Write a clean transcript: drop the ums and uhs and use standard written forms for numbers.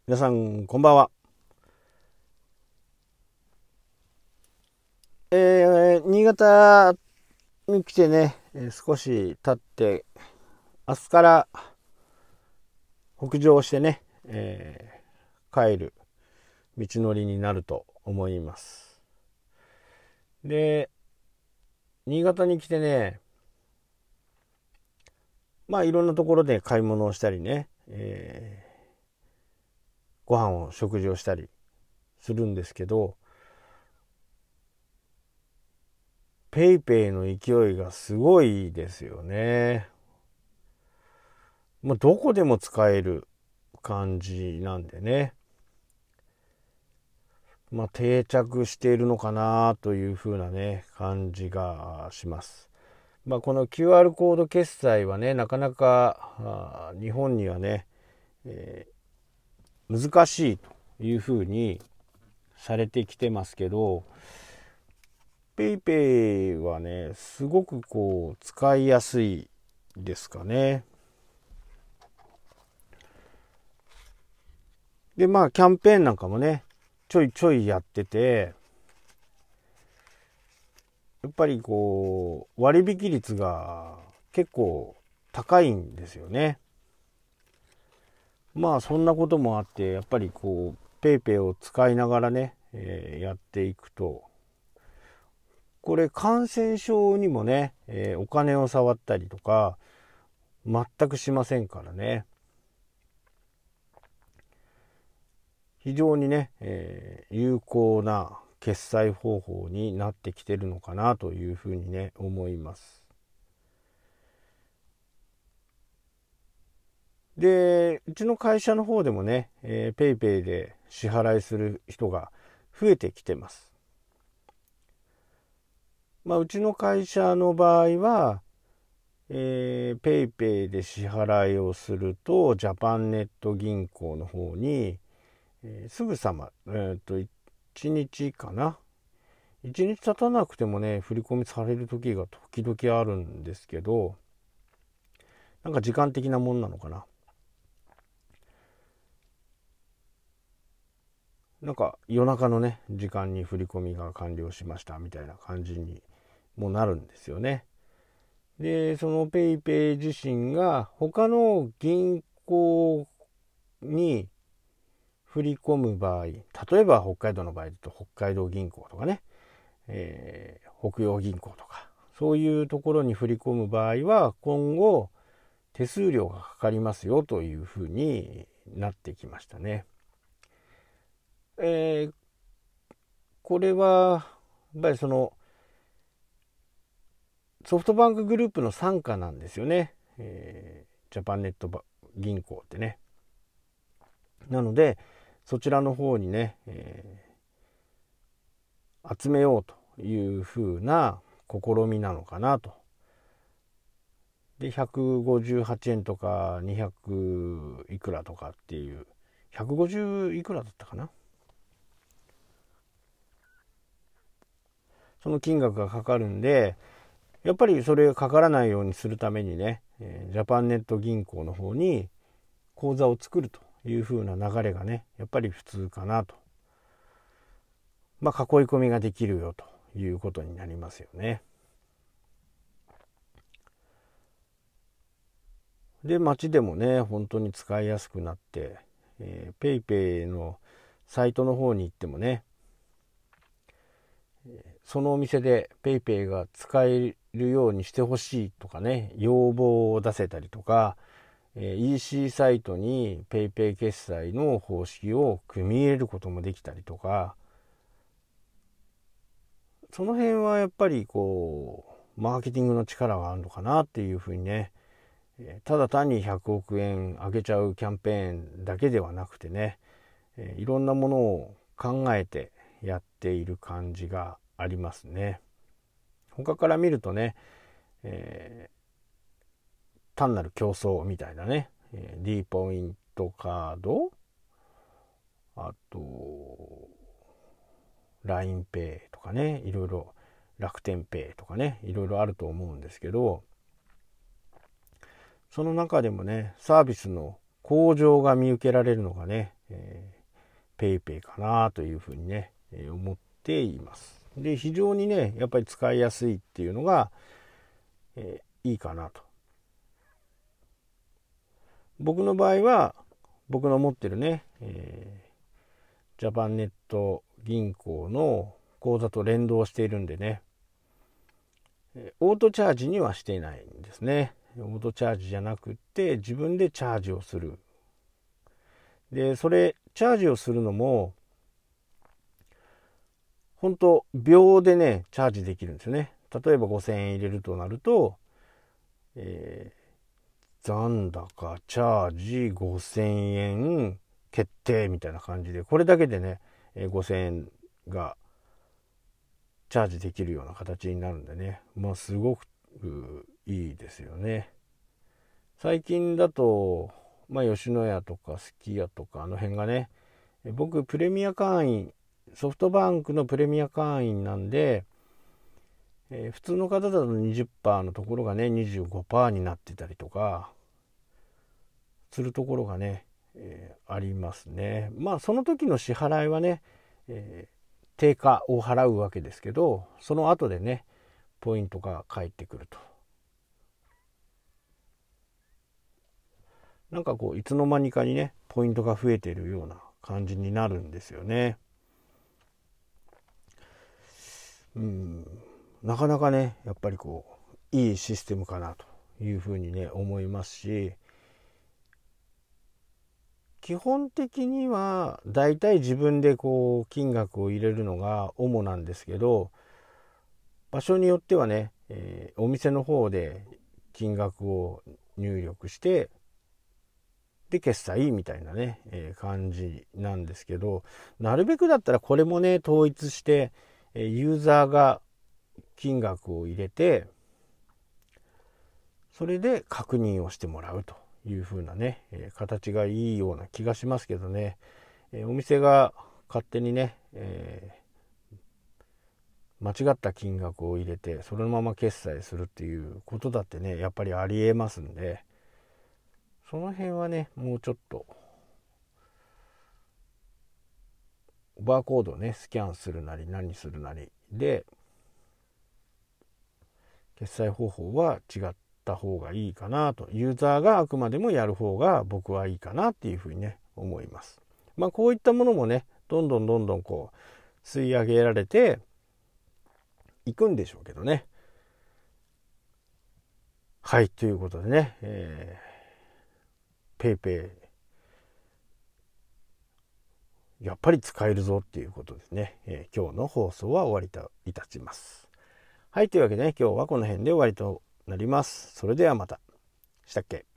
皆さんこんばんは。新潟に来てね、少し経って明日から北上してね、帰る道のりになると思います。で、新潟に来てね、いろんなところで買い物をしたりね、ご飯を食事をしたりするんですけど、ペイペイの勢いがすごいですよね。どこでも使える感じなんでね、定着しているのかなというふうなね感じがします。この QR コード決済はね、なかなか日本にはね、難しいというふうにされてきてますけど、ペイペイはねすごく使いやすいですかね。でキャンペーンなんかもねちょいちょいやってて、やっぱり割引率が結構高いんですよね。そんなこともあって、やっぱりペイペイを使いながらね、やっていくと、これ感染症にもね、お金を触ったりとか全くしませんからね、非常にね、有効な決済方法になってきてるのかなというふうにね思います。で、うちの会社の方でもね、ペイペイで支払いする人が増えてきてます。うちの会社の場合は、ペイペイで支払いをするとジャパンネット銀行の方に、すぐさま、1日かな、1日経たなくてもね振り込みされる時が時々あるんですけど、なんか時間的なもんなのかな、なんか夜中のね時間に振り込みが完了しましたみたいな感じにもなるんですよね。で、そのペイペイ自身が他の銀行に振り込む場合、例えば北海道の場合だと北海道銀行とかね、北洋銀行とかそういうところに振り込む場合は今後手数料がかかりますよというふうになってきましたね。これはやっぱりそのソフトバンクグループの傘下なんですよね、ジャパンネット銀行ってね。なのでそちらの方にね、集めようというふうな試みなのかなと。で158円とか200いくらとかっていう、150いくらだったかな、その金額がかかるんで、やっぱりそれがかからないようにするためにね、ジャパンネット銀行の方に口座を作るという風な流れがねやっぱり普通かなと。囲い込みができるよということになりますよね。で、街でもね本当に使いやすくなって、ペイペイのサイトの方に行ってもね、そのお店でペイペイが使えるようにしてほしいとかね要望を出せたりとか、EC サイトにペイペイ決済の方式を組み入れることもできたりとか、その辺はやっぱりマーケティングの力があるのかなっていうふうにね、ただ単に100億円上げちゃうキャンペーンだけではなくてね、いろんなものを考えてやっている感じがありますね。他から見るとね、単なる競争みたいなね、D ポイントカード、あと LINEPay とかね、いろいろ楽天ペイとかね、いろいろあると思うんですけど、その中でもねサービスの向上が見受けられるのがね、 PayPay かなというふうにね、思っています。で、非常にね、やっぱり使いやすいっていうのが、いいかなと。僕の場合は、僕の持ってるね、ジャパンネット銀行の口座と連動しているんでね、オートチャージにはしていないんですね。オートチャージじゃなくって自分でチャージをする。で、それチャージをするのも本当秒でねチャージできるんですよね。例えば5000円入れるとなると、残高チャージ5000円決定みたいな感じで、これだけでね5000円がチャージできるような形になるんでね、まあすごくいいですよね。最近だと、吉野家とかすき家とかあの辺がね、僕プレミア会員、ソフトバンクのプレミア会員なんで、普通の方だと 20% のところがね 25% になってたりとかするところがね、ありますね。その時の支払いはね、定価を払うわけですけど、その後でねポイントが返ってくると。なんかこういつの間にかにねポイントが増えているような感じになるんですよね。なかなかねやっぱりこういいシステムかなというふうにね思いますし、基本的にはだいたい自分でこう金額を入れるのが主なんですけど、場所によってはね、お店の方で金額を入力してで決済みたいなね、感じなんですけど、なるべくだったらこれもね統一して、ユーザーが金額を入れてそれで確認をしてもらうという風なね、形がいいような気がしますけどね、お店が勝手にね、間違った金額を入れてそのまま決済するっていうことだってねやっぱりありえますんで、その辺はねもうちょっとバーコードをねスキャンするなり何するなりで決済方法は違った方がいいかなと、ユーザーがあくまでもやる方が僕はいいかなっていうふうにね思います。こういったものもねどんどんこう吸い上げられていくんでしょうけどね。はい、ということでね、PayPayやっぱり使えるぞっていうことですね、今日の放送は終わりといたします。はい、というわけでね今日はこの辺で終わりとなります。それではまた。したっけ。